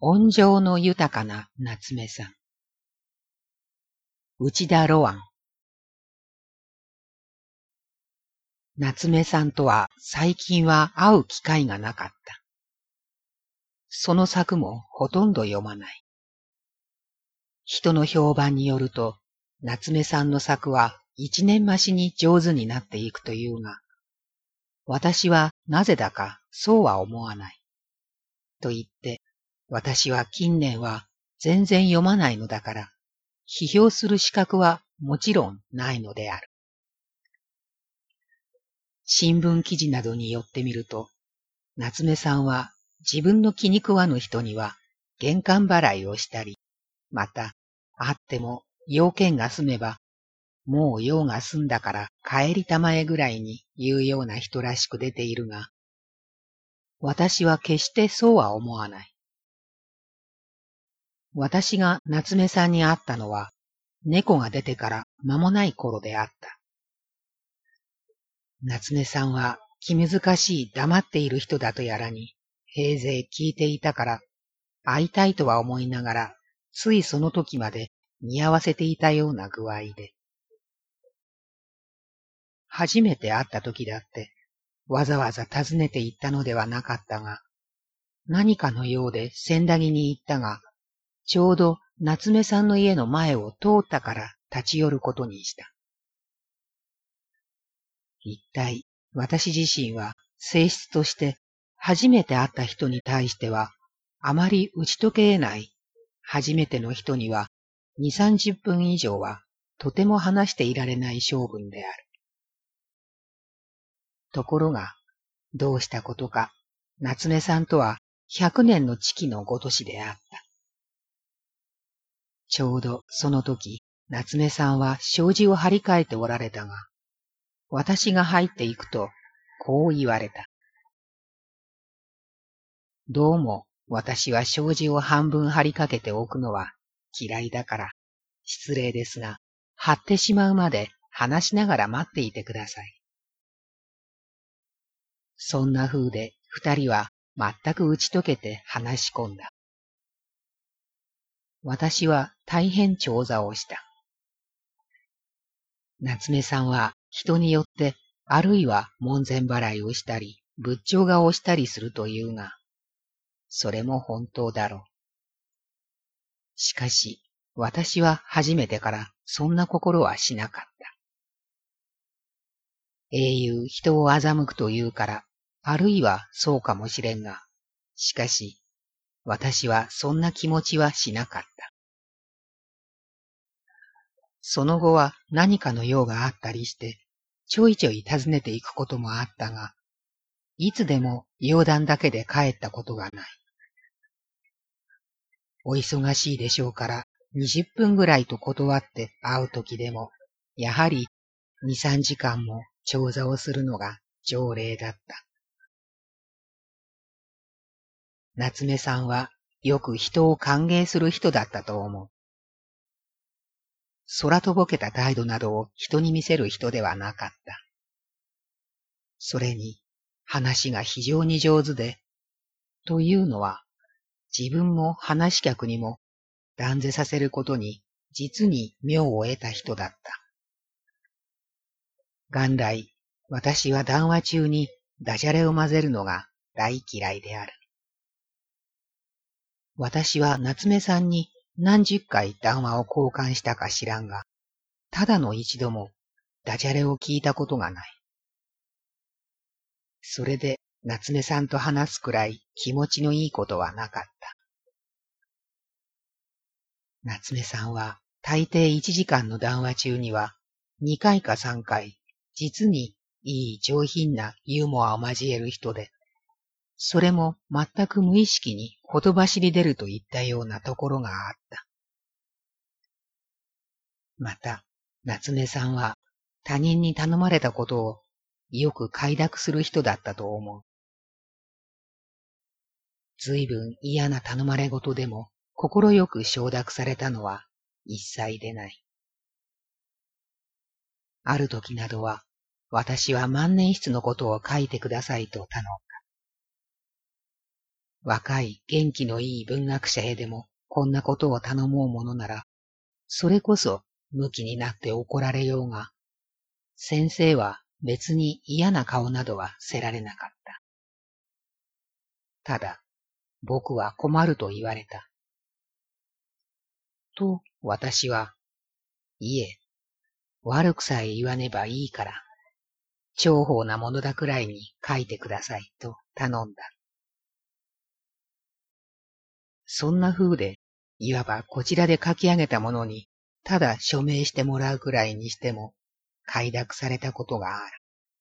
温情の豊かな夏目さん。内田ロアン。夏目さんとは最近は会う機会がなかった。その作もほとんど読まない。人の評判によると、夏目さんの作は一年増しに上手になっていくというが、私はなぜだかそうは思わない。と言って、私は近年は全然読まないのだから、批評する資格はもちろんないのである。新聞記事などによってみると、夏目さんは自分の気に食わぬ人には玄関払いをしたり、また、あっても用件が済めば、もう用が済んだから帰りたまえぐらいに言うような人らしく出ているが、私は決してそうは思わない。私が夏目さんに会ったのは、猫が出てから間もない頃であった。夏目さんは気難しい黙っている人だとやらに、平然聞いていたから、会いたいとは思いながら、ついその時まで見合わせていたような具合で。初めて会った時だって、わざわざ訪ねて行ったのではなかったが、何かのようで千駄木に行ったが、ちょうど夏目さんの家の前を通ったから立ち寄ることにした。一体、私自身は性質として初めて会った人に対してはあまり打ち解け得ない。初めての人には2、30分以上はとても話していられない性分である。ところが、どうしたことか、夏目さんとは100年の月のごとしであった。ちょうどその時、夏目さんは障子を張り替えておられたが、私が入っていくと、こう言われた。どうも、私は障子を半分張りかけておくのは嫌いだから、失礼ですが、張ってしまうまで話しながら待っていてください。そんな風で二人は全く打ち解けて話し込んだ。私は大変長座をした。夏目さんは人によってあるいは門前払いをしたり、仏頂顔をしたりするというが、それも本当だろう。しかし、私は初めてからそんな心はしなかった。英雄人を欺くというから、あるいはそうかもしれんが、しかし、私はそんな気持ちはしなかった。その後は何かの用があったりして、ちょいちょい訪ねていくこともあったが、いつでも用談だけで帰ったことがない。お忙しいでしょうから20分ぐらいと断って会うときでも、やはり2、3時間も長座をするのが常例だった。夏目さんはよく人を歓迎する人だったと思う。空とぼけた態度などを人に見せる人ではなかった。それに話が非常に上手で、というのは自分も話し客にも断ぜさせることに実に妙を得た人だった。元来、私は談話中にダジャレを混ぜるのが大嫌いである。私は夏目さんに何十回談話を交換したか知らんが、ただの一度もダジャレを聞いたことがない。それで夏目さんと話すくらい気持ちのいいことはなかった。夏目さんは大抵1時間の談話中には2回か3回、実にいい上品なユーモアを交える人で、それも全く無意識にほとばしり出るといったようなところがあった。また、夏目さんは他人に頼まれたことをよく快諾する人だったと思う。ずいぶん嫌な頼まれごとでも心よく承諾されたのは一切でない。ある時などは、私は万年筆のことを書いてくださいと頼んだ。 若い元気のいい文学者へでもこんなことを頼もうものなら、それこそ向きになって怒られようが、先生は別に嫌な顔などはせられなかった。ただ、僕は困ると言われた。と、私は、いえ、悪くさえ言わねばいいから、重宝なものだくらいに書いてくださいと頼んだ。そんな風で、いわばこちらで書き上げたものに、ただ署名してもらうくらいにしても、快諾されたことがある。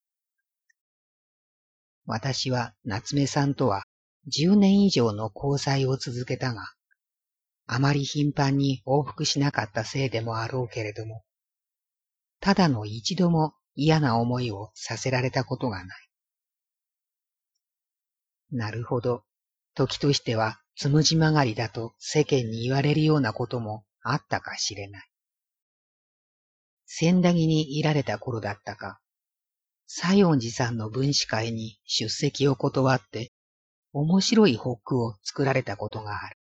私は夏目さんとは10年以上の交際を続けたが、あまり頻繁に往復しなかったせいでもあろうけれども、ただの一度も嫌な思いをさせられたことがない。なるほど。時としてはつむじ曲がりだと世間に言われるようなこともあったかしれない。千駄木にいられた頃だったか、西園寺さんの文士会に出席を断って、面白いホックを作られたことがある。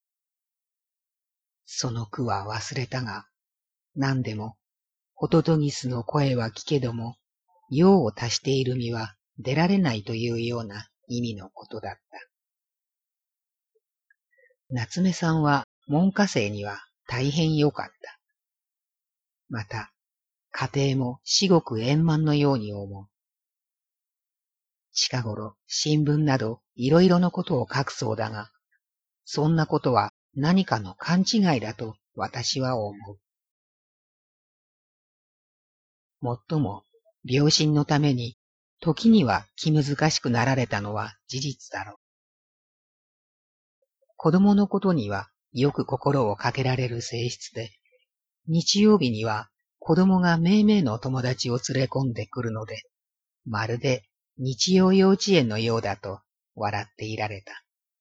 その句は忘れたが、何でも、ホトトギスの声は聞けども、用を足している身は出られないというような意味のことだった。夏目さんは門下生には大変良かった。また、家庭も至極円満のように思う。近頃、新聞などいろいろのことを書くそうだが、そんなことは何かの勘違いだと私は思う。もっとも、病身のために、時には気難しくなられたのは事実だろう。子供のことにはよく心をかけられる性質で、日曜日には子供がめいめいの友達を連れ込んでくるので、まるで日曜幼稚園のようだと笑っていられた。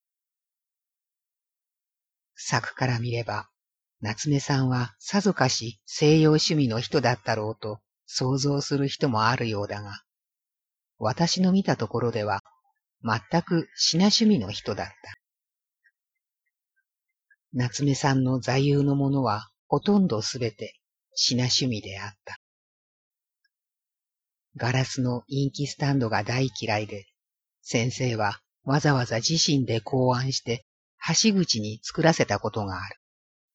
作から見れば、夏目さんはさぞかし西洋趣味の人だったろうと想像する人もあるようだが、私の見たところでは全く品趣味の人だった。夏目さんの座右のものはほとんどすべて品趣味であった。ガラスのインキスタンドが大嫌いで、先生はわざわざ自身で考案して橋口に作らせたことがある。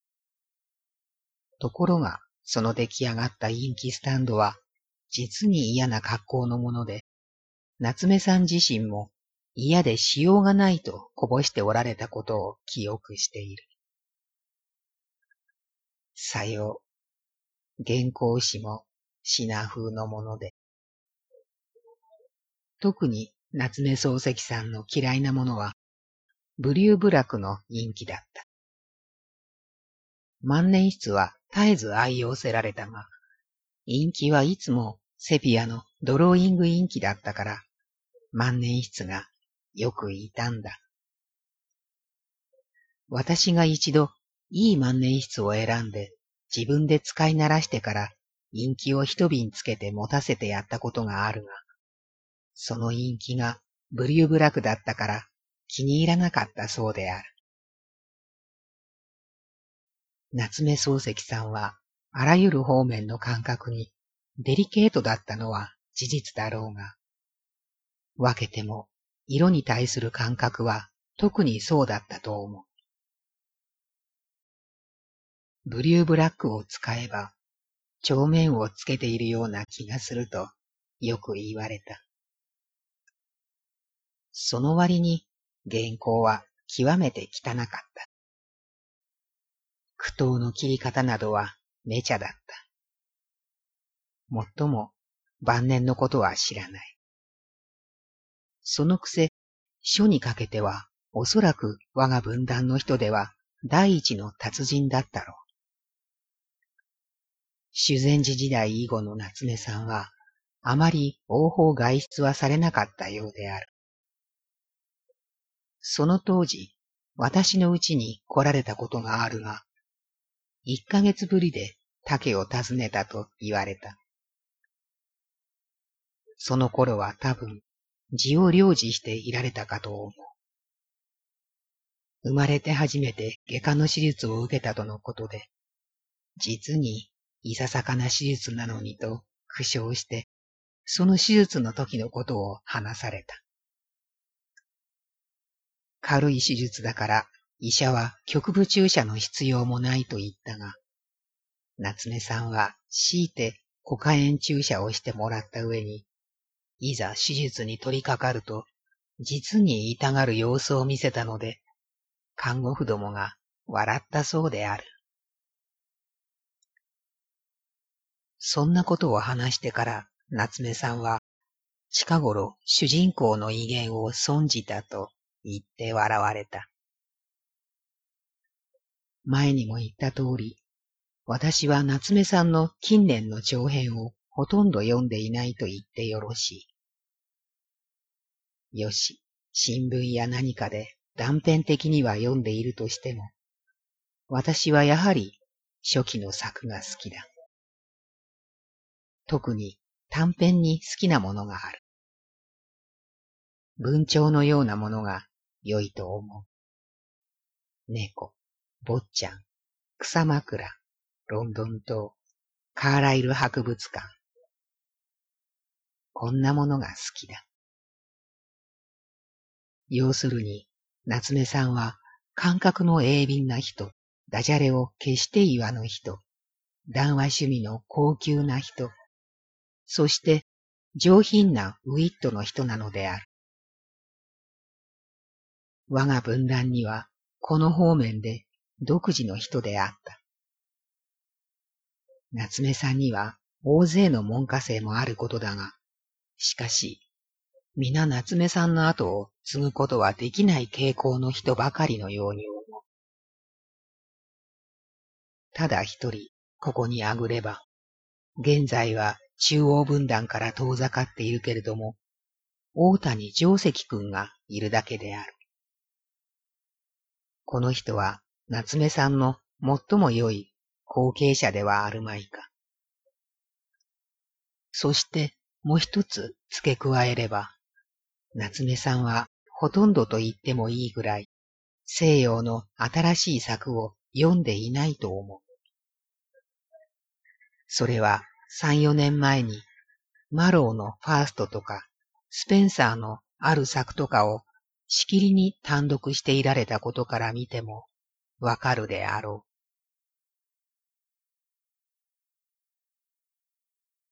ところが、その出来上がったインキスタンドは実に嫌な格好のもので、夏目さん自身も嫌でしようがないとこぼしておられたことを記憶している。さよう、原稿紙も品風のもので。特に夏目漱石さんの嫌いなものは、ブリューブラクの人気だった。万年筆は絶えず愛用せられたが、インキはいつもセピアのドローイングインキだったから、万年筆がよく傷んだ。私が一度いい万年筆を選んで自分で使い慣らしてからインキを一瓶つけて持たせてやったことがあるが、そのインキがブリューブラクだったから気に入らなかったそうである。夏目漱石さんはあらゆる方面の感覚にデリケートだったのは事実だろうが、分けても色に対する感覚は特にそうだったと思う。ブリューブラックを使えば帳面をつけているような気がするとよく言われた。その割に原稿は極めて汚かった。句読の切り方などはめちゃだった。もっとも晩年のことは知らない。そのくせ、書にかけてはおそらく我が文壇の人では第一の達人だったろう。修善寺時代以後の夏目さんはあまり往訪外出はされなかったようである。その当時、私の家に来られたことがあるが、1ヶ月ぶりで竹を訪ねたと言われた。その頃は多分、字を領事していられたかと思う。 生まれて初めて外科の手術を受けたとのことで、実にいささかな手術なのにと苦笑して、その手術の時のことを話された。軽い手術だから医者は局部注射の必要もないと言ったが、夏目さんは強いてコカエン注射をしてもらった上に、いざ手術に取り掛かると、実に痛がる様子を見せたので、看護婦どもが笑ったそうである。そんなことを話してから夏目さんは、近頃主人公の威厳を損じたと言って笑われた。前にも言った通り、私は夏目さんの近年の長編をほとんど読んでいないと言ってよろしい。よし、新聞や何かで断片的には読んでいるとしても、私はやはり初期の作が好きだ。特に短編に好きなものがある。文鳥のようなものが良いと思う。猫、坊ちゃん、草枕、ロンドン塔、カーライル博物館。こんなものが好きだ。要するに、夏目さんは感覚の鋭敏な人、ダジャレを決して言わぬ人、談話趣味の高級な人、そして上品なウィットの人なのである。我が文壇にはこの方面で独自の人であった。夏目さんには大勢の門下生もあることだが、しかし、皆夏目さんの後を継ぐことはできない傾向の人ばかりのように思う。ただ一人、ここにあぐれば、現在は中央分団から遠ざかっているけれども、大谷定石君がいるだけである。この人は夏目さんの最も良い後継者ではあるまいか。そしてもう一つ付け加えれば、夏目さんはほとんどと言ってもいいぐらい西洋の新しい作を読んでいないと思う。それは3、4年前にマローのファーストとかスペンサーのある作とかをしきりに単読していられたことから見てもわかるであろ